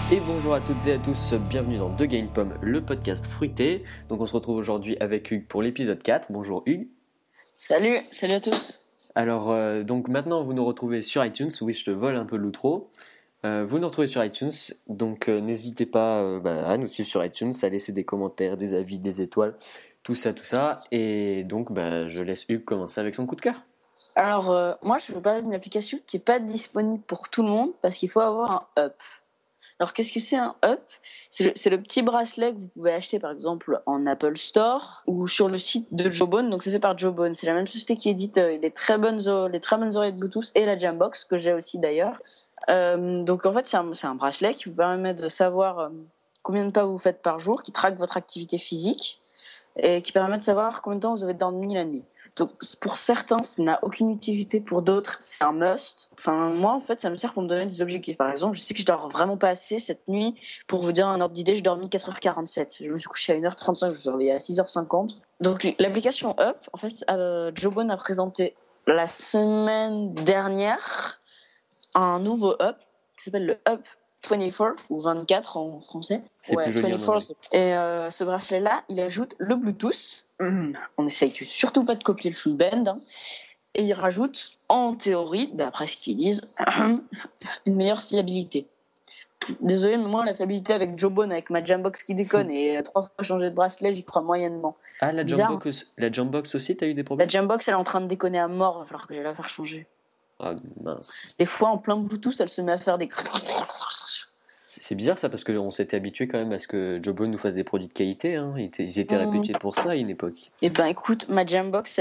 Et bonjour à toutes et à tous, bienvenue dans The Game Pomme, le podcast fruité. Donc on se retrouve aujourd'hui avec Hugues pour l'épisode 4. Bonjour Hugues. Salut à tous. Alors donc maintenant vous nous retrouvez sur iTunes, oui je te vole un peu l'outro. Vous nous retrouvez sur iTunes, donc n'hésitez pas à nous suivre sur iTunes, à laisser des commentaires, des avis, des étoiles, tout ça. Et donc je laisse Hugues commencer avec son coup de cœur. Alors moi je vais vous parler d'une application qui n'est pas disponible pour tout le monde parce qu'il faut avoir un Up. Alors qu'est-ce que c'est un Up ? C'est le petit bracelet que vous pouvez acheter par exemple en Apple Store ou sur le site de Jawbone. Donc c'est fait par Jawbone, c'est la même société qui édite les très bonnes oreillettes Bluetooth et la Jambox que j'ai aussi d'ailleurs. Donc en fait c'est un bracelet qui vous permet de savoir combien de pas vous faites par jour, qui traque votre activité physique et qui permet de savoir combien de temps vous avez dormi la nuit. Donc pour certains, ça n'a aucune utilité, pour d'autres, c'est un must. Enfin, moi, en fait, ça me sert pour me donner des objectifs. Par exemple, je sais que je dors vraiment pas assez cette nuit. Pour vous dire un ordre d'idée, j'ai dormi 4h47. Je me suis couché à 1h35, je me suis réveillé à 6h50. Donc l'application Up, en fait, Jawbone a présenté la semaine dernière un nouveau Up qui s'appelle le Up 24 ou 24 en français. C'est plus joli 24. Et ce bracelet-là, il ajoute le Bluetooth. On essaye surtout pas de copier le full band. Hein. Et il rajoute, en théorie, d'après ce qu'ils disent, une meilleure fiabilité. Désolé, mais moi, la fiabilité avec Jawbone, avec ma Jambox qui déconne et 3 fois changer de bracelet, j'y crois moyennement. Ah, la Jambox aussi, t'as eu des problèmes ? La Jambox, elle est en train de déconner à mort, il va falloir que j'aille la faire changer. Ah mince. Des fois, en plein Bluetooth, elle se met à faire des... C'est bizarre ça parce qu'on s'était habitué quand même à ce que Jawbone nous fasse des produits de qualité. Hein. Ils étaient réputés pour ça à une époque. Eh ben écoute, ma Jambox,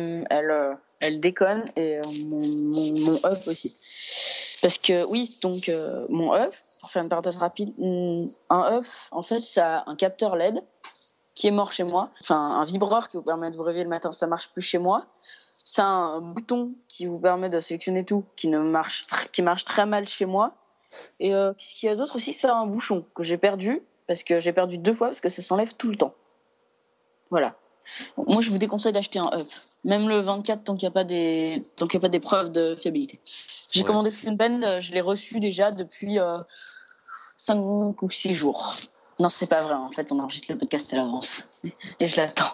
elle déconne et mon Up aussi. Parce que oui, donc mon Up, pour faire une parenthèse rapide, un Up, en fait, ça a un capteur LED qui est mort chez moi. Enfin, un vibreur qui vous permet de vous réveiller le matin, ça marche plus chez moi. Ça a un bouton qui vous permet de sélectionner tout, qui marche très mal chez moi. Et qu'est-ce qu'il y a d'autre aussi ? Ça a un bouchon que j'ai perdu, parce que j'ai perdu 2 fois, parce que ça s'enlève tout le temps. Voilà. Moi, je vous déconseille d'acheter un Up. Même le 24, tant qu'il n'y a pas des preuves de fiabilité. J'ai commandé le band, je l'ai reçu déjà depuis 5 ou 6 jours. Non, c'est pas vrai. En fait, on enregistre le podcast à l'avance. Et je l'attends.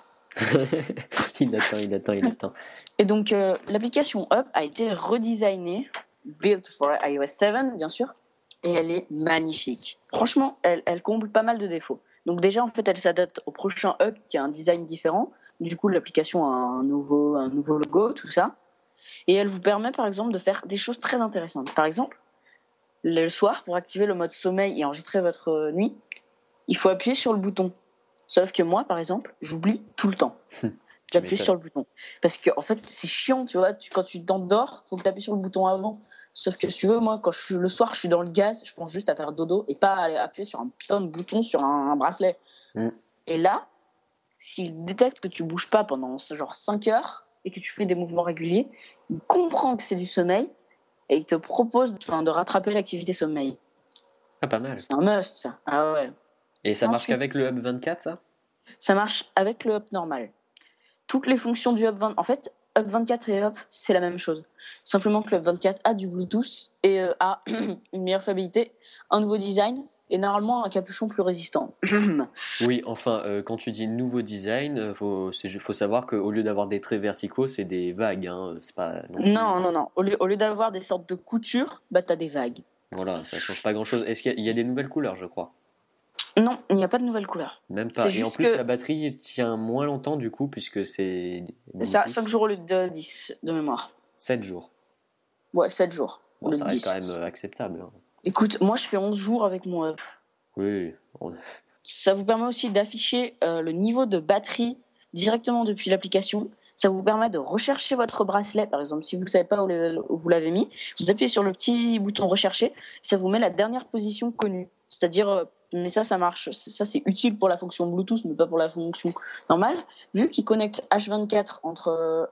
Il attend. Et donc, l'application Up a été redesignée, built for iOS 7, bien sûr, et elle est magnifique. Franchement, elle comble pas mal de défauts. Donc déjà, en fait, elle s'adapte au prochain Up qui a un design différent. Du coup, l'application a un nouveau logo, tout ça. Et elle vous permet, par exemple, de faire des choses très intéressantes. Par exemple, le soir, pour activer le mode sommeil et enregistrer votre nuit, il faut appuyer sur le bouton. Sauf que moi, par exemple, j'oublie tout le temps. J'appuie sur le bouton. Parce que, en fait, c'est chiant, tu vois. Quand tu t'endors, il faut que tu appuies sur le bouton avant. Sauf que, si tu veux, moi, le soir, je suis dans le gaz, je pense juste à faire dodo et pas à appuyer sur un putain de bouton sur un bracelet. Et là, s'il détecte que tu bouges pas pendant genre 5 heures et que tu fais des mouvements réguliers, il comprend que c'est du sommeil et il te propose de rattraper l'activité sommeil. Ah, pas mal. C'est un must, ça. Ah ouais. Et ça marche qu'avec le Up 24, ça ? Ça marche avec le Up normal. Toutes les fonctions du Up 20, en fait, Up 24 et Up, c'est la même chose. Simplement que le Up 24 a du Bluetooth et a une meilleure fiabilité, un nouveau design et normalement un capuchon plus résistant. Oui, enfin, quand tu dis nouveau design, faut savoir qu'au lieu d'avoir des traits verticaux, c'est des vagues. Hein. C'est pas non. Au lieu d'avoir des sortes de coutures, t'as des vagues. Voilà, ça change pas grand-chose. Est-ce qu'il y a des nouvelles couleurs, je crois ? Non, il n'y a pas de nouvelles couleurs. Même pas. Et en plus, la batterie tient moins longtemps du coup, puisque c'est... C'est ça, 5 jours au lieu de 10 de mémoire. 7 jours. Ouais, 7 jours. Bon, ça reste quand même acceptable. Hein. Écoute, moi je fais 11 jours avec mon Up. Oui. Ça vous permet aussi d'afficher le niveau de batterie directement depuis l'application. Ça vous permet de rechercher votre bracelet. Par exemple, si vous ne savez pas où vous l'avez mis, vous appuyez sur le petit bouton rechercher. Ça vous met la dernière position connue. C'est-à-dire, mais ça marche. Ça, c'est utile pour la fonction Bluetooth, mais pas pour la fonction normale. Vu qu'il connecte H24 entre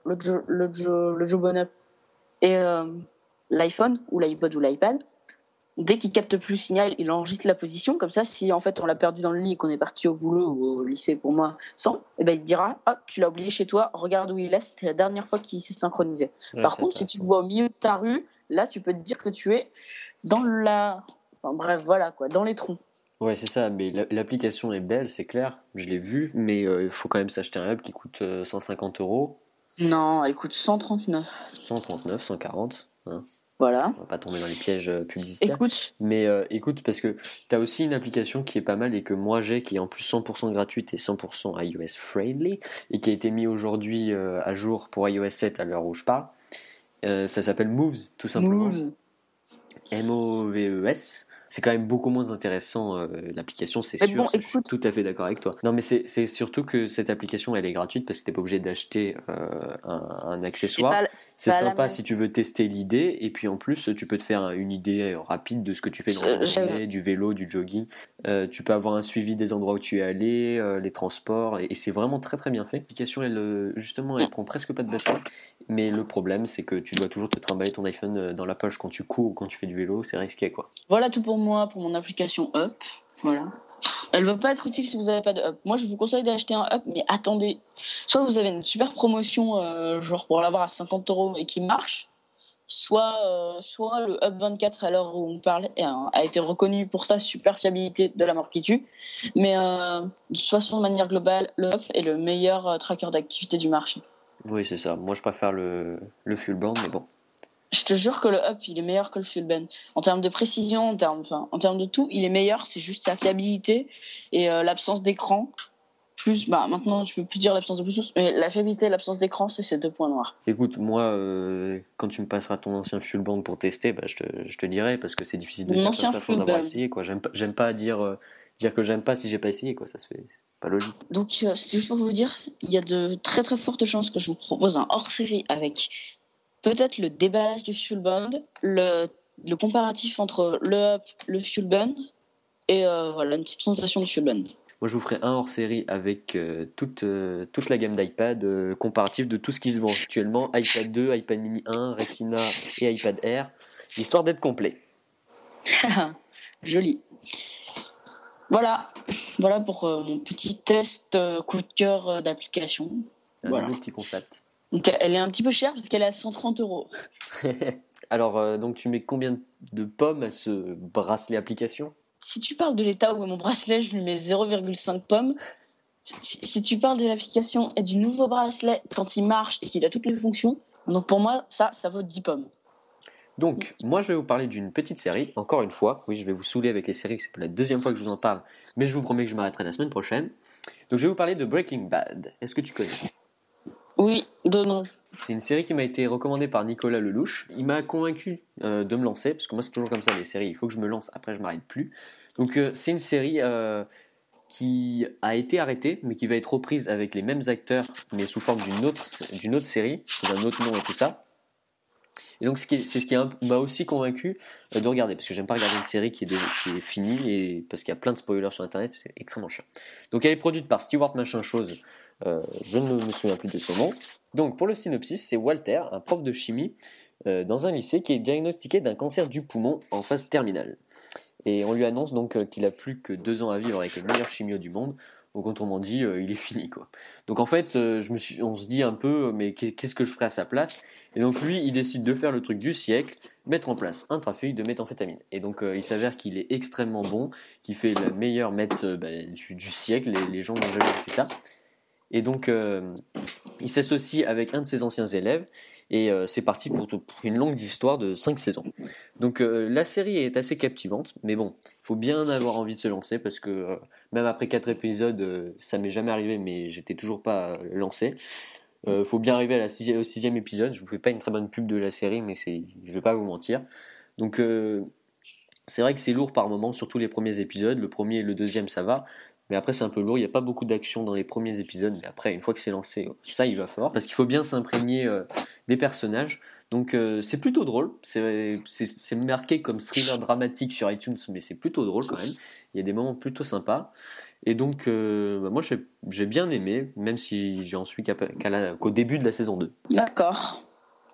le Jawbone Up et l'iPhone ou l'iPod ou l'iPad, dès qu'il capte plus le signal, il enregistre la position. Comme ça, si en fait on l'a perdu dans le lit et qu'on est parti au boulot ou au lycée pour moi sans, il te dira tu l'as oublié chez toi, regarde où il est, c'était la dernière fois qu'il s'est synchronisé. Par contre, si tu le vois au milieu de ta rue, là tu peux te dire que tu es dans Enfin bref, voilà quoi, dans les troncs. Ouais, c'est ça, mais l'application est belle, c'est clair, je l'ai vue, mais il faut quand même s'acheter un hub qui coûte 150 €, Non, elle coûte 139. 139, 140, hein. Voilà. On va pas tomber dans les pièges publicitaires. Écoute, Mais écoute, parce que tu as aussi une application qui est pas mal et que moi j'ai, qui est en plus 100% gratuite et 100% iOS friendly, et qui a été mis aujourd'hui à jour pour iOS 7 à l'heure où je parle. Ça s'appelle Moves, tout simplement. Moves. Moves. C'est quand même beaucoup moins intéressant l'application, c'est Mais sûr, bon, ça, je suis écoute. tout à fait d'accord avec toi. Non, mais c'est surtout que cette application elle est gratuite parce que t'es pas obligé d'acheter un accessoire. C'est pas la sympa même. si tu veux tester l'idée, et puis en plus tu peux te faire une idée rapide de ce que tu fais dans la journée, du vélo, du jogging. Tu peux avoir un suivi des endroits où tu es allé, les transports, et c'est vraiment très très bien fait. L'application justement elle prend presque pas de batterie, mais le problème c'est que tu dois toujours te trimballer ton iPhone dans la poche quand tu cours ou quand tu fais du vélo, c'est risqué quoi. Voilà tout pour moi, pour mon application Up. Voilà. Elle va pas être utile si vous n'avez pas de Up. Moi, je vous conseille d'acheter un Up, mais attendez. Soit vous avez une super promotion, genre pour l'avoir à 50 € et qui marche, soit le Up 24 à l'heure où on parle a été reconnu pour sa super fiabilité de la mort qui tue. Mais de toute façon, de manière globale, le Up est le meilleur tracker d'activité du marché. Oui, c'est ça. Moi, je préfère le full band, mais bon. Je te jure que le Up, il est meilleur que le Fullband. En termes de précision, en termes de tout, il est meilleur. C'est juste sa fiabilité et l'absence d'écran. Plus, maintenant, je peux plus dire l'absence de Bluetooth, mais la fiabilité et l'absence d'écran, c'est ces deux points noirs. Écoute, moi, quand tu me passeras ton ancien full band pour tester, bah, je te dirai, parce que c'est difficile de Mon dire ancien comme ça sans full avoir band. essayé, quoi. J'aime pas dire que j'aime pas si j'ai pas essayé, quoi. Ça se fait, c'est pas logique. Donc, c'est juste pour vous dire, il y a de très très fortes chances que je vous propose un hors-série avec peut-être le déballage du full band, le comparatif entre le Up, le full band, et voilà, une petite présentation du full band. Moi, je vous ferai un hors-série avec toute la gamme d'iPad, comparatif de tout ce qui se vend actuellement, iPad 2, iPad mini 1, Retina et iPad Air, histoire d'être complet. Joli. Voilà pour mon petit test coup de cœur d'application. Un nouveau petit concept. Donc elle est un petit peu chère parce qu'elle est à 130 €. Alors, donc tu mets combien de pommes à ce bracelet application? Si tu parles de l'état où est mon bracelet, je lui mets 0,5 pommes. Si tu parles de l'application et du nouveau bracelet quand il marche et qu'il a toutes les fonctions, donc pour moi, ça vaut 10 pommes. Donc, moi je vais vous parler d'une petite série, encore une fois. Oui, je vais vous saouler avec les séries, c'est la deuxième fois que je vous en parle, mais je vous promets que je m'arrêterai la semaine prochaine. Donc, je vais vous parler de Breaking Bad. Est-ce que tu connais? Oui, de nom. C'est une série qui m'a été recommandée par Nicolas Lelouch. Il m'a convaincu de me lancer, parce que moi c'est toujours comme ça, les séries, il faut que je me lance, après je m'arrête plus. Donc c'est une série qui a été arrêtée, mais qui va être reprise avec les mêmes acteurs, mais sous forme d'une autre série, sous un autre nom et tout ça. Et donc c'est ce qui m'a aussi convaincu de regarder, parce que j'aime pas regarder une série qui est finie, et parce qu'il y a plein de spoilers sur internet, c'est extrêmement chiant. Donc elle est produite par Stewart Machin Chose, je ne me souviens plus de son nom. Donc pour le synopsis, c'est Walter, un prof de chimie dans un lycée, qui est diagnostiqué d'un cancer du poumon en phase terminale. Et on lui annonce donc qu'il a plus que 2 ans à vivre avec les meilleurs chimios du monde. Donc autrement dit, il est fini quoi. Donc en fait, on se dit un peu, mais qu'est-ce que je ferais à sa place? Et donc lui, il décide de faire le truc du siècle, mettre en place un trafic de méthamphétamine. Et donc il s'avère qu'il est extrêmement bon, qu'il fait la meilleure meth du siècle. Les gens n'ont jamais fait ça. Et donc il s'associe avec un de ses anciens élèves. Et c'est parti pour une longue histoire de 5 saisons. Donc la série est assez captivante, mais bon, il faut bien avoir envie de se lancer, parce que même après 4 épisodes, ça m'est jamais arrivé, mais j'étais toujours pas lancé. Faut bien arriver au 6e épisode. Je vous fais pas une très bonne pub de la série, mais je vais pas vous mentir. Donc c'est vrai que c'est lourd par moments, surtout les premiers épisodes. Le premier et le deuxième, ça va. Mais après, c'est un peu lourd. Il n'y a pas beaucoup d'action dans les premiers épisodes. Mais après, une fois que c'est lancé, ça, il va fort. Parce qu'il faut bien s'imprégner des personnages. Donc, c'est plutôt drôle. C'est marqué comme thriller dramatique sur iTunes, mais c'est plutôt drôle quand même. Il y a des moments plutôt sympas. Et donc, moi, j'ai bien aimé, même si j'en suis qu'au début de la saison 2. D'accord.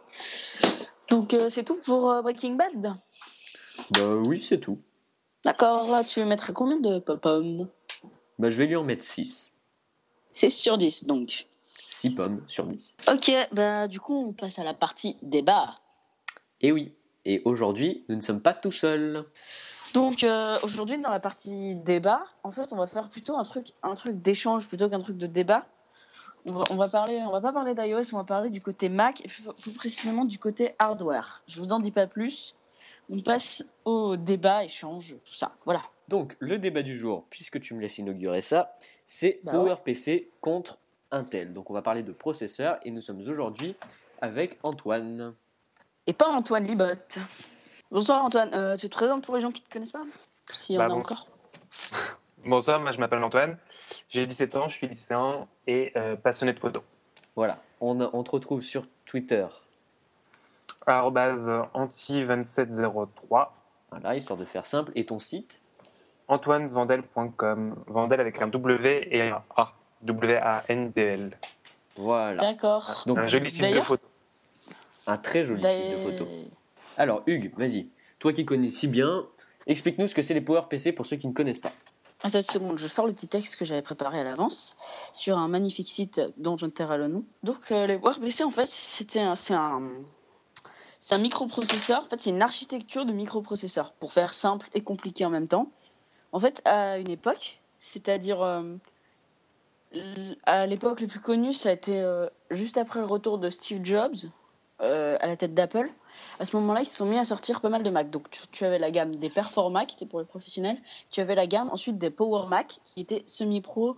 Donc, c'est tout pour Breaking Bad? Bah oui, c'est tout. D'accord. Tu mettrais combien de pommes? Bah, je vais lui en mettre 6. 6 sur 10, donc. 6 pommes sur 10. Ok, du coup, on passe à la partie débat. Et oui, et aujourd'hui, nous ne sommes pas tout seuls. Donc aujourd'hui dans la partie débat, en fait on va faire plutôt un truc d'échange plutôt qu'un truc de débat. On va pas parler d'iOS, on va parler du côté Mac et plus précisément du côté hardware. Je vous en dis pas plus. On passe au débat, échange, tout ça. Voilà. Donc, le débat du jour, puisque tu me laisses inaugurer ça, c'est PowerPC contre Intel. Donc, on va parler de processeurs et nous sommes aujourd'hui avec Antoine. Et pas Antoine Libotte. Bonsoir Antoine, tu te présentes pour les gens qui ne te connaissent pas? S'il y en a encore. Bonsoir, moi je m'appelle Antoine, j'ai 17 ans, je suis lycéen et passionné de photo. Voilà, on te retrouve sur Twitter. @anti2703. Voilà, histoire de faire simple. Et ton site? AntoineVandel.com. Vandel avec un W et un A. WANDL. Voilà. D'accord. Donc, un joli site de photo. Un très joli site de photo. Alors, Hugues, vas-y. Toi qui connais si bien, explique-nous ce que c'est les PowerPC pour ceux qui ne connaissent pas. À cette seconde, je sors le petit texte que j'avais préparé à l'avance sur un magnifique site dont je ne tairai le nom. Donc, les PowerPC, en fait, c'est un microprocesseur. En fait, c'est une architecture de microprocesseur pour faire simple et compliqué en même temps. En fait, à une époque, c'est-à-dire à l'époque la plus connue, ça a été juste après le retour de Steve Jobs à la tête d'Apple. À ce moment-là, ils se sont mis à sortir pas mal de Mac. Donc, tu avais la gamme des Perform Mac, qui était pour les professionnels. Tu avais la gamme ensuite des Power Mac, qui étaient semi-pro,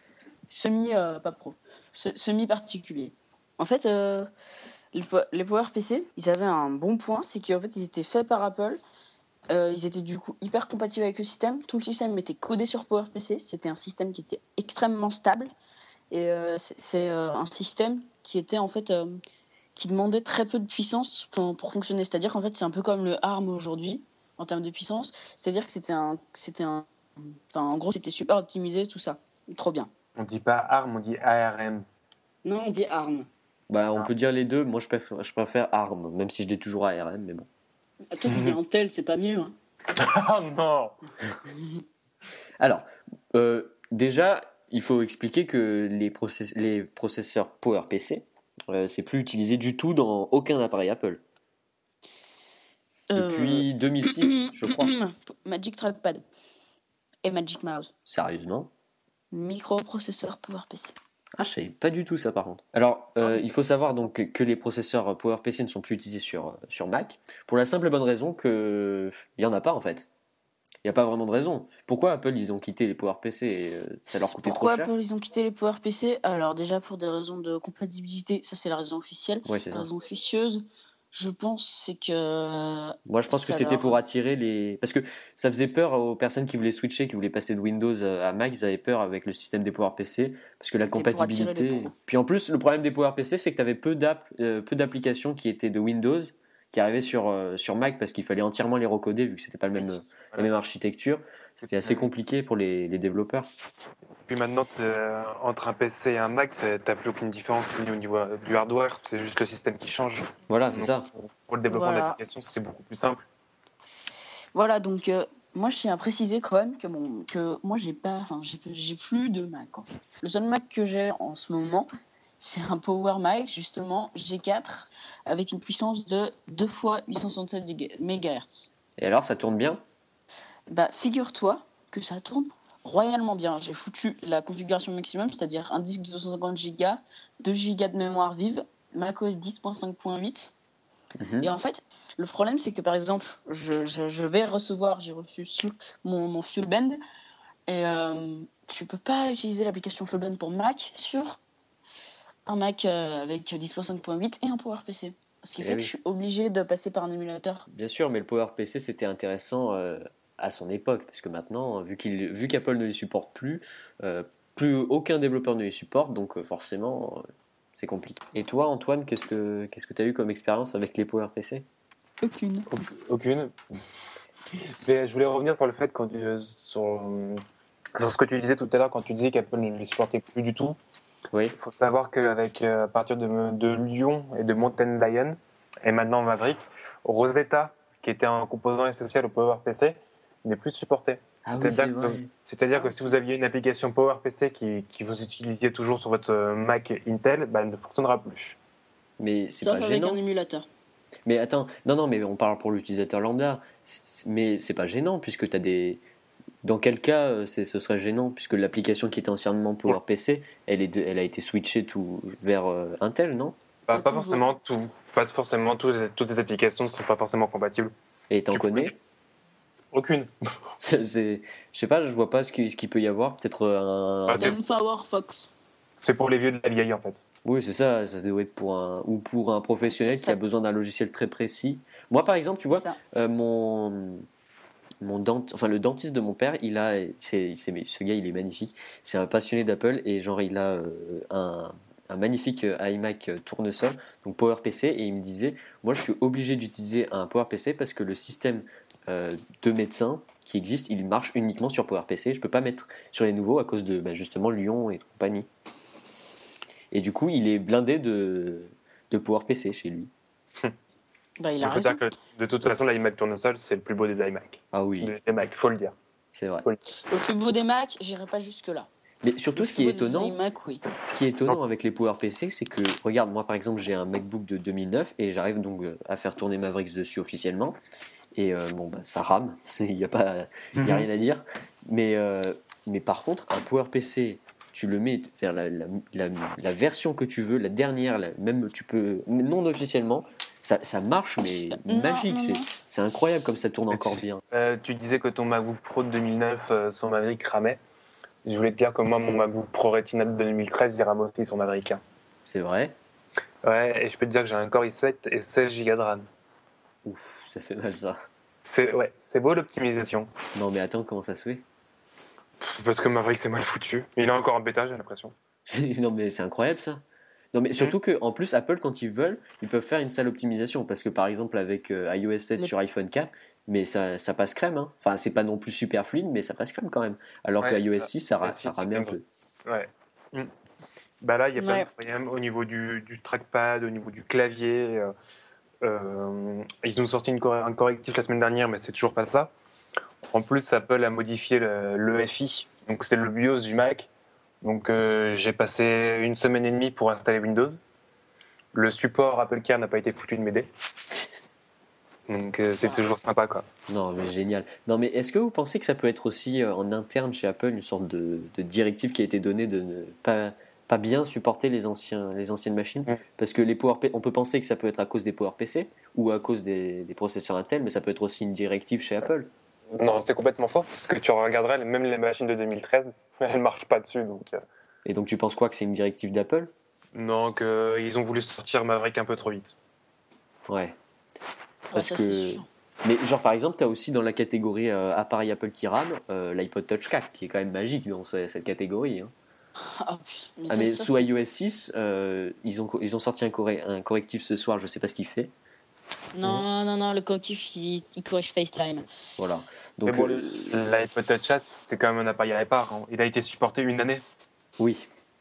semi-particuliers. En fait, les PowerPC, ils avaient un bon point, c'est qu'en fait, ils étaient faits par Apple. Ils étaient du coup hyper compatibles avec le système. Tout le système était codé sur PowerPC. C'était un système qui était extrêmement stable. Et c'est un système qui était en fait... qui demandait très peu de puissance pour fonctionner. C'est-à-dire qu'en fait, c'est un peu comme le ARM aujourd'hui, en termes de puissance. C'est-à-dire que en gros, c'était super optimisé, tout ça. Trop bien. On dit pas ARM, on dit ARM. Non, on dit ARM. Bah, on peut dire les deux. Moi, je préfère ARM, même si je dis toujours ARM, mais bon. Toi, tu dis Intel, c'est pas mieux. Hein. Oh non. Alors, déjà, il faut expliquer que les processeurs PowerPC, c'est plus utilisé du tout dans aucun appareil Apple. Depuis 2006, je crois. Magic Trackpad et Magic Mouse. Sérieusement? Microprocesseur PowerPC. Ah, je savais pas du tout ça par contre. Alors, il faut savoir donc que les processeurs PowerPC ne sont plus utilisés sur Mac, pour la simple et bonne raison que il y en a pas en fait. Il n'y a pas vraiment de raison. Pourquoi Apple ils ont quitté les PowerPC? Ça leur coûtait trop cher. Pourquoi Apple ils ont quitté les PowerPC? Alors déjà pour des raisons de compatibilité, ça c'est la raison officielle. Ouais, c'est la ça. raison officieuse, je pense c'est que... Moi je pense que c'était pour attirer les... Parce que ça faisait peur aux personnes qui voulaient switcher, qui voulaient passer de Windows à Mac, ils avaient peur avec le système des PowerPC, parce que la compatibilité... Puis en plus le problème des PowerPC c'est que tu avais peu d'applications qui étaient de Windows, qui arrivaient sur Mac, parce qu'il fallait entièrement les recoder vu que c'était pas la même architecture. C'était assez compliqué pour les développeurs. Puis maintenant, entre un PC et un Mac, t'as plus aucune différence au niveau du hardware, c'est juste le système qui change. Voilà, c'est ça. Pour le développement de l'application, c'est beaucoup plus simple. Voilà, donc moi je tiens à préciser quand même que moi j'ai plus de Mac en fait. Le seul Mac que j'ai en ce moment, c'est un Power Mac, justement, G4, avec une puissance de 2 fois 867 MHz. Et alors, ça tourne bien? Bah, figure-toi que ça tourne royalement bien. J'ai foutu la configuration maximum, c'est-à-dire un disque de 250 Go, 2 Go de mémoire vive, macOS 10.5.8. Et en fait, le problème, c'est que par exemple, j'ai reçu mon Fuelband, et tu peux pas utiliser l'application Fuelband pour Mac sur un Mac avec 10.5.8 et un PowerPC. Ce qui fait que je suis obligé de passer par un émulateur. Bien sûr, mais le PowerPC c'était intéressant à son époque, parce que maintenant, vu qu'Apple ne les supporte plus, plus aucun développeur ne les supporte, donc forcément c'est compliqué. Et toi Antoine, qu'est-ce que tu as eu comme expérience avec les PowerPC? Aucune. Mais je voulais revenir sur le fait, sur ce que tu disais tout à l'heure, quand tu disais qu'Apple ne les supportait plus du tout. Oui. Il faut savoir qu'avec à partir de Lyon et de Mountain Lion, et maintenant Maverick, Rosetta, qui était un composant essentiel au PowerPC, n'est plus supporté. Ah oui, c'est-à-dire que si vous aviez une application PowerPC qui vous utilisiez toujours sur votre Mac Intel, elle ne fonctionnera plus. Mais c'est pas gênant. Avec un émulateur. Mais attends, non, mais on parle pour l'utilisateur lambda. Mais c'est pas gênant puisque t'as des. Dans quel cas ce serait gênant puisque l'application qui était anciennement PowerPC, elle a été switchée tout vers Intel, non? Pas Toujours. forcément tout, pas forcément toutes les applications ne sont pas forcément compatibles. Et t'en Tu connais? Aucune. Je sais pas, je vois pas ce qu'il peut y avoir. Peut-être un. Ah, c'est- Même Firefox. C'est pour les vieux de la vieille en fait. Oui, c'est ça. Ça doit être pour un professionnel C'est qui a ça. besoin d'un logiciel très précis. Moi, par exemple, tu vois, Ça. le dentiste de mon père, ce gars, il est magnifique. C'est un passionné d'Apple et genre, il a un magnifique iMac tournesol, donc PowerPC, et il me disait, moi, je suis obligé d'utiliser un PowerPC parce que le système de médecin qui existe, il marche uniquement sur PowerPC. Je peux pas mettre sur les nouveaux à cause de justement Lyon et compagnie. Et du coup, il est blindé de PowerPC chez lui. Bah, il Il a faut raison. dire que de toute façon, l'iMac tournesol, c'est le plus beau des iMac. Ah oui, Des Mac, faut le dire. c'est vrai. Le plus beau des Macs, j'irai pas jusque-là. Mais surtout, ce qui est étonnant, iMac, oui. ce qui est étonnant avec les PowerPC, c'est que, regarde, moi par exemple, j'ai un MacBook de 2009 et j'arrive donc à faire tourner Mavericks dessus officiellement. Et ça rame, il n'y a rien à dire. Mais par contre, un PowerPC, tu le mets vers la version que tu veux, la dernière, même tu peux, non officiellement, ça marche, mais Non, magique. non, non. C'est incroyable comme ça tourne encore bien. Tu disais que ton MacBook Pro de 2009, son Maverick ramait. Je voulais te dire que moi, mon MacBook Pro Retina de 2013, il rame aussi son Maverick. C'est vrai. Ouais, et je peux te dire que j'ai un Core i7 et 16 Go de RAM. Ouf, ça fait mal ça. C'est beau l'optimisation. Non mais attends, comment ça se fait? Parce que Maverick, c'est mal foutu. Il est encore en bêta, j'ai l'impression. Non mais c'est incroyable ça. Non mais surtout que en plus Apple quand ils veulent, ils peuvent faire une sale optimisation parce que par exemple avec iOS 7 sur iPhone 4, mais ça passe crème hein. Enfin, c'est pas non plus super fluide mais ça passe crème quand même. Alors que iOS 6 ça ramait un peu. Ouais. Bah là, il y a plein Ouais. de problèmes au niveau du trackpad, au niveau du clavier. Ils ont sorti un correctif la semaine dernière, mais c'est toujours pas ça. En plus, Apple a modifié l'EFI, donc c'est le BIOS du Mac. Donc j'ai passé une semaine et demie pour installer Windows. Le support AppleCare n'a pas été foutu de m'aider. Donc c'est toujours sympa quoi. Non mais génial. Non mais est-ce que vous pensez que ça peut être aussi en interne chez Apple une sorte de directive qui a été donnée de ne pas bien supporter les anciennes machines? Parce que on peut penser que ça peut être à cause des PowerPC ou à cause des processeurs Intel, mais ça peut être aussi une directive chez Apple. Non, c'est complètement faux, parce que tu regarderais même les machines de 2013, elles marchent pas dessus. Donc, Et donc tu penses quoi, que c'est une directive d'Apple? non, qu'ils ont voulu sortir Maverick un peu trop vite. Ouais. Ouais, Parce ça, que- c'est sûr. Mais genre par exemple, tu as aussi dans la catégorie appareil Apple qui rame, l'iPod Touch 4 qui est quand même magique dans cette catégorie. Hein. Ah, putain, mais Ah, ça, mais ça, sous c'est- iOS 6, ils ont sorti un correctif ce soir, je sais pas ce qu'il fait. Non, le correctif, il corrige FaceTime. Voilà. Mais Donc bon, l'iPod Touch, c'est quand même un appareil à répar. Hein. Il a été supporté une année. oui.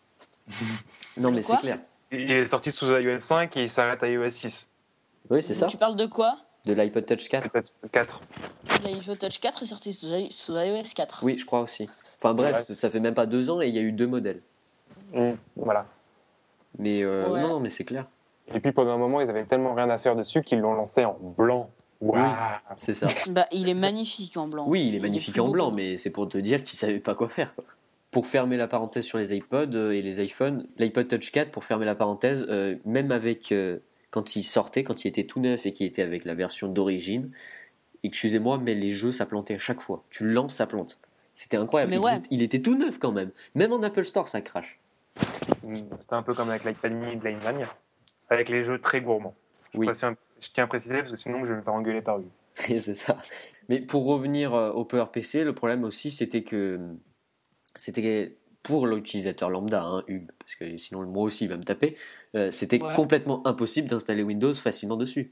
Non mais Quoi c'est clair. Il est sorti sous iOS 5 et il s'arrête à iOS 6. Oui, c'est ça. Tu parles de quoi? De l'iPod Touch 4. iPod 4. L'iPhone Touch 4 est sorti sous iOS 4. Oui, je crois aussi. Enfin bref, Ouais. ça fait même pas 2 ans et il y a eu 2 modèles. Voilà. Mais Ouais. non, mais c'est clair. Et puis pendant un moment, ils avaient tellement rien à faire dessus qu'ils l'ont lancé en blanc. Waouh. C'est ça. Bah, il est magnifique en blanc. Oui, il est magnifique plus en beau blanc, que- mais c'est pour te dire qu'ils savaient pas quoi faire. Quoi. Pour fermer la parenthèse sur les iPods et les iPhones, l'iPod Touch 4, pour fermer la parenthèse, même avec quand il sortait, quand il était tout neuf et qu'il était avec la version d'origine, excusez-moi, mais les jeux ça plantait à chaque fois. Tu le lances, ça plante. C'était incroyable. Mais ouais. Il était tout neuf quand même. Même en Apple Store, ça crache. C'est un peu comme avec l'iPad mini de l'année dernière. Avec les jeux très gourmands. Oui. Je tiens à préciser parce que sinon je vais me faire engueuler par lui. Et c'est ça. Mais pour revenir au PowerPC, le problème aussi, c'était que c'était pour l'utilisateur lambda, hein, Hugues, parce que sinon moi aussi il va me taper, c'était Ouais. complètement impossible d'installer Windows facilement dessus.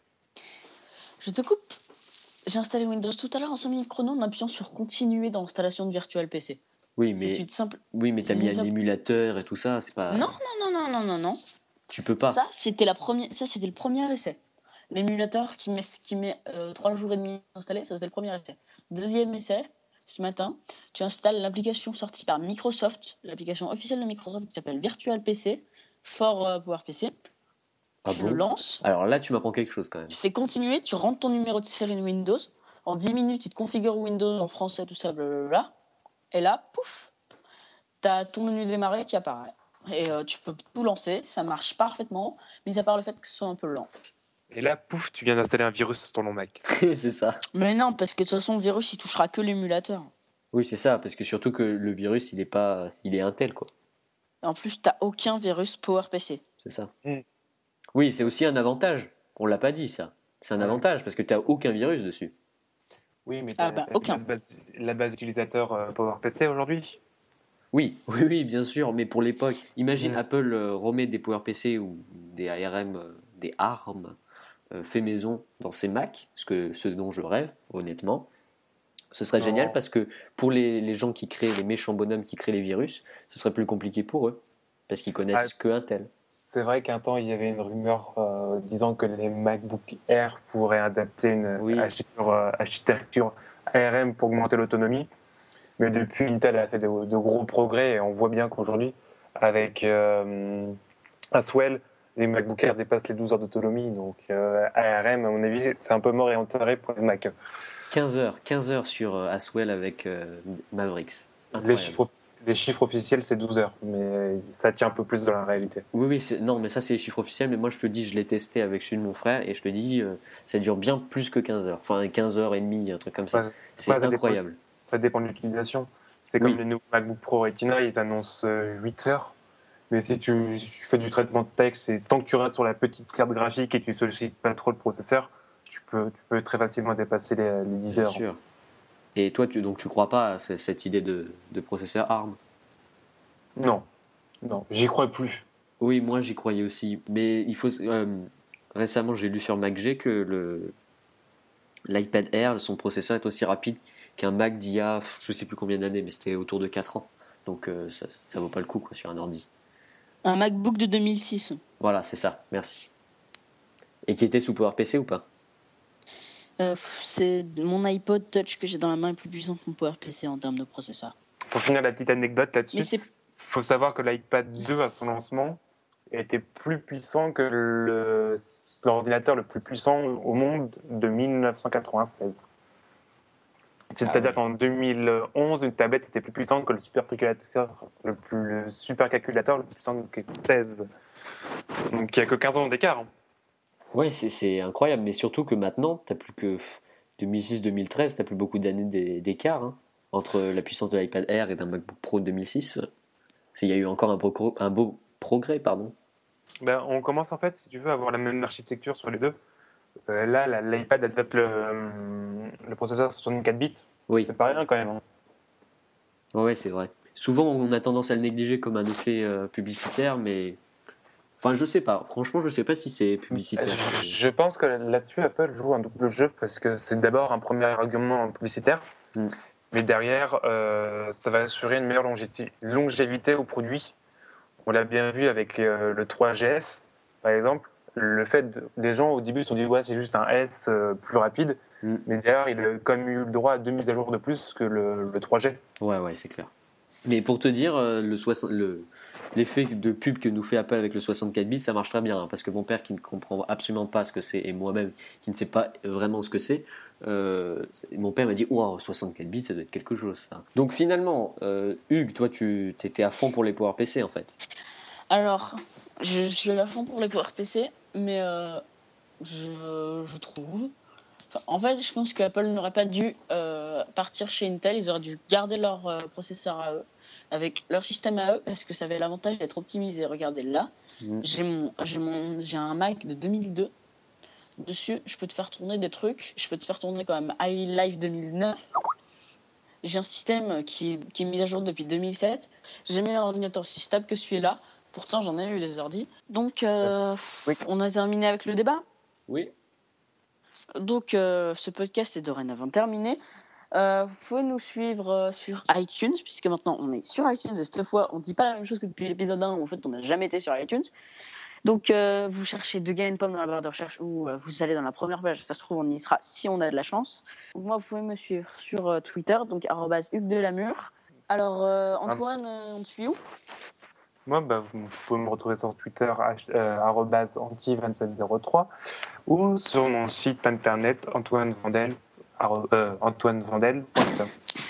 Je te coupe. J'ai installé Windows tout à l'heure en 5 minutes chrono en appuyant sur continuer dans l'installation de Virtual PC. Oui, C'est mais, une simple. t'as mis c'est un une- émulateur et tout ça, c'est pas. Non. Tu peux pas. Ça, c'était le premier essai. L'émulateur qui met 3 jours et demi à installer, ça c'était le premier essai. Deuxième essai, ce matin, tu installes l'application sortie par Microsoft, l'application officielle de Microsoft qui s'appelle Virtual PC for PowerPC. Ah tu bon le lances, Alors là, tu m'apprends quelque chose quand même. tu fais continuer, tu rentres ton numéro de série de Windows. En 10 minutes, il te configure Windows en français, tout ça, blablabla. Et là, pouf, t'as ton menu démarrer qui apparaît. Et tu peux tout lancer, ça marche parfaitement, mis à part le fait que ce soit un peu lent. Et là, pouf, tu viens d'installer un virus sur ton Mac. C'est ça. Mais non, parce que de toute façon, le virus, il touchera que l'émulateur. Oui, c'est ça, parce que surtout que le virus, il est Intel, quoi. En plus, t'as aucun virus PowerPC. C'est ça. Mm. Oui, c'est aussi un avantage. On l'a pas dit, ça. C'est un Ouais. avantage, parce que tu n'as aucun virus dessus. Oui, mais Ah bah, aucun. la base utilisateur PowerPC aujourd'hui. Oui, oui, bien sûr, mais pour l'époque, imagine Mm. Apple remet des PowerPC ou des ARM, des ARM fait maison dans ses Mac, ce dont je rêve, honnêtement. Ce serait Non. génial parce que pour les gens qui créent, les méchants bonhommes qui créent les virus, ce serait plus compliqué pour eux, parce qu'ils connaissent que Intel. C'est vrai qu'un temps, il y avait une rumeur disant que les MacBook Air pourraient adapter une Oui. architecture ARM pour augmenter l'autonomie. Mais depuis, Intel a fait de gros progrès et on voit bien qu'aujourd'hui, avec Haswell, les MacBook Air dépassent les 12 heures d'autonomie. Donc ARM, à mon avis, c'est un peu mort et enterré pour les Mac. 15 heures sur Haswell avec Mavericks. Les Incroyable. chiffres officiels, c'est 12 heures, mais ça tient un peu plus dans la réalité. Oui, non, mais ça c'est les chiffres officiels, mais moi je te dis, je l'ai testé avec celui de mon frère et je te dis, ça dure bien plus que 15 heures. Enfin, 15 heures et demie, un truc comme ça. Ouais, C'est ça incroyable. Ça dépend de l'utilisation. C'est comme Oui. les nouveaux MacBook Pro Retina, ils annoncent 8 heures. Mais si tu fais du traitement de texte, et tant que tu restes sur la petite carte graphique et que tu ne sollicites pas trop le processeur, tu peux très facilement dépasser les 10 Bien heures. sûr. Et toi, tu crois pas à cette idée de processeur ARM? Non, non, j'y crois plus. Oui, moi j'y croyais aussi. Mais il faut. Récemment, j'ai lu sur MacG que l'iPad Air, son processeur est aussi rapide qu'un Mac d'il y a je sais plus combien d'années, mais c'était autour de 4 ans. Donc ça vaut pas le coup quoi, sur un ordi. Un MacBook de 2006. Voilà, c'est ça, merci. Et qui était sous PowerPC ou pas? C'est mon iPod Touch que j'ai dans la main est plus puissant que mon PowerPC en termes de processeur. Pour finir la petite anecdote là-dessus, Mais c'est il faut savoir que l'iPad 2 à son lancement était plus puissant que l'ordinateur le plus puissant au monde de 1996. C'est-à-dire qu'en 2011, une tablette était plus puissante que le supercalculateur le plus puissant que 16. Donc il n'y a que 15 ans d'écart. Hein. Ouais, c'est incroyable, mais surtout que maintenant, t'as plus que 2006-2013, t'as plus beaucoup d'années d'écart hein, entre la puissance de l'iPad Air et d'un MacBook Pro de 2006. Il y a eu encore un beau progrès, pardon. Ben, on commence en fait, si tu veux, à avoir la même architecture sur les deux. Là, l'iPad adapte le processeur 64 bits. Oui, C'est pas rien quand même. Hein. ouais, c'est vrai. Souvent, on a tendance à le négliger comme un effet publicitaire, mais. Enfin, je sais pas. Franchement, je sais pas si c'est publicitaire. Je pense que là-dessus, Apple joue un double jeu parce que c'est d'abord un premier argument publicitaire, mais derrière, ça va assurer une meilleure longévité au produit. On l'a bien vu avec le 3GS, par exemple. Le fait les gens au début se sont dit ouais c'est juste un S plus rapide, mais derrière il a quand même eu le droit à 2 mises à jour de plus que le 3G. Ouais, c'est clair. Mais pour te dire, l'effet de pub que nous fait Apple avec le 64 bits, ça marche très bien. Hein, parce que mon père qui ne comprend absolument pas ce que c'est, et moi-même qui ne sais pas vraiment ce que c'est, mon père m'a dit wow, 64 bits, ça doit être quelque chose ça. Donc finalement, Hugues, toi tu étais à fond pour les PowerPC en fait. Alors, je suis à fond pour les PowerPC, mais je trouve. Enfin, en fait, je pense qu'Apple n'aurait pas dû partir chez Intel. Ils auraient dû garder leur processeur à eux, avec leur système à eux, parce que ça avait l'avantage d'être optimisé. Regardez là, j'ai un Mac de 2002. Dessus, je peux te faire tourner des trucs. Je peux te faire tourner quand même iLife 2009. J'ai un système qui est mis à jour depuis 2007. J'ai mis un ordinateur aussi stable que celui-là. Pourtant, j'en ai eu des ordis. Donc, on a terminé avec le débat. Oui. Donc, ce podcast est dorénavant terminé. Vous pouvez nous suivre sur iTunes, puisque maintenant, on est sur iTunes. Et cette fois, on ne dit pas la même chose que depuis l'épisode 1, où en fait, on n'a jamais été sur iTunes. Donc, vous cherchez De Gars et une Pomme dans la barre de recherche, ou vous allez dans la première page. Ça se trouve, on y sera si on a de la chance. Donc, moi, vous pouvez me suivre sur Twitter, donc @HuguesDelamure. Alors, Antoine, on te suit où ? Moi, vous pouvez me retrouver sur Twitter, @anti2703, ou sur mon site internet antoinevandel.com.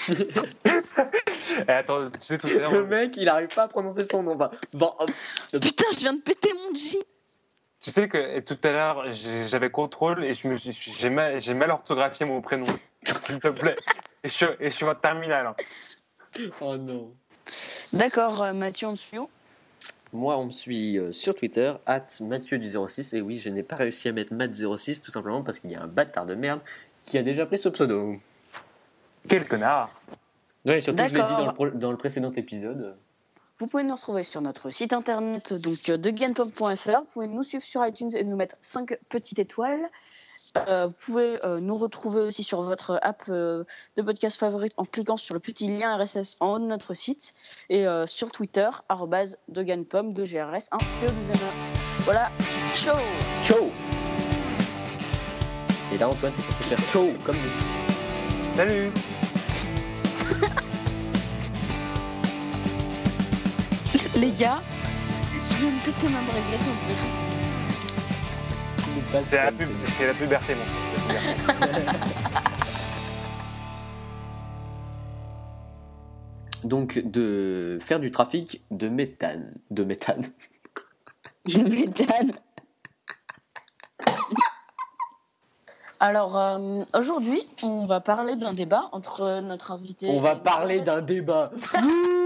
Et attends, tu sais, tout à l'heure, Le mec, il arrive pas à prononcer son nom. Putain, je viens de péter mon J. tu sais que tout à l'heure, j'avais contrôle et j'ai mal orthographié mon prénom. S'il te plaît. Et je suis en terminale. Hein. Oh non. D'accord, Mathieu, on te suit où? Moi, on me suit sur Twitter, @Mathieu du 06. Et oui, je n'ai pas réussi à mettre Matt06 tout simplement parce qu'il y a un bâtard de merde qui a déjà pris ce pseudo. Quel connard! Ouais, surtout, je l'ai dit D'accord. dans le précédent épisode. Vous pouvez nous retrouver sur notre site internet, donc deganpop.fr. Vous pouvez nous suivre sur iTunes et nous mettre 5 petites étoiles. Vous pouvez nous retrouver aussi sur votre app de podcast favorite en cliquant sur le petit lien RSS en haut de notre site. Et sur Twitter, @deganpom, 2GRS, 1 PO2ME. Voilà, ciao! Ciao. Et là, Antoine, t'es censé faire ciao comme nous. Salut! Les gars, je viens de péter ma braguette en direct. C'est la puberté, mon fils. C'est la puberté. Donc, de faire du trafic de méthane. De méthane. Je m'étonne. Alors, aujourd'hui, on va parler d'un débat entre notre invité. On va parler d'un débat.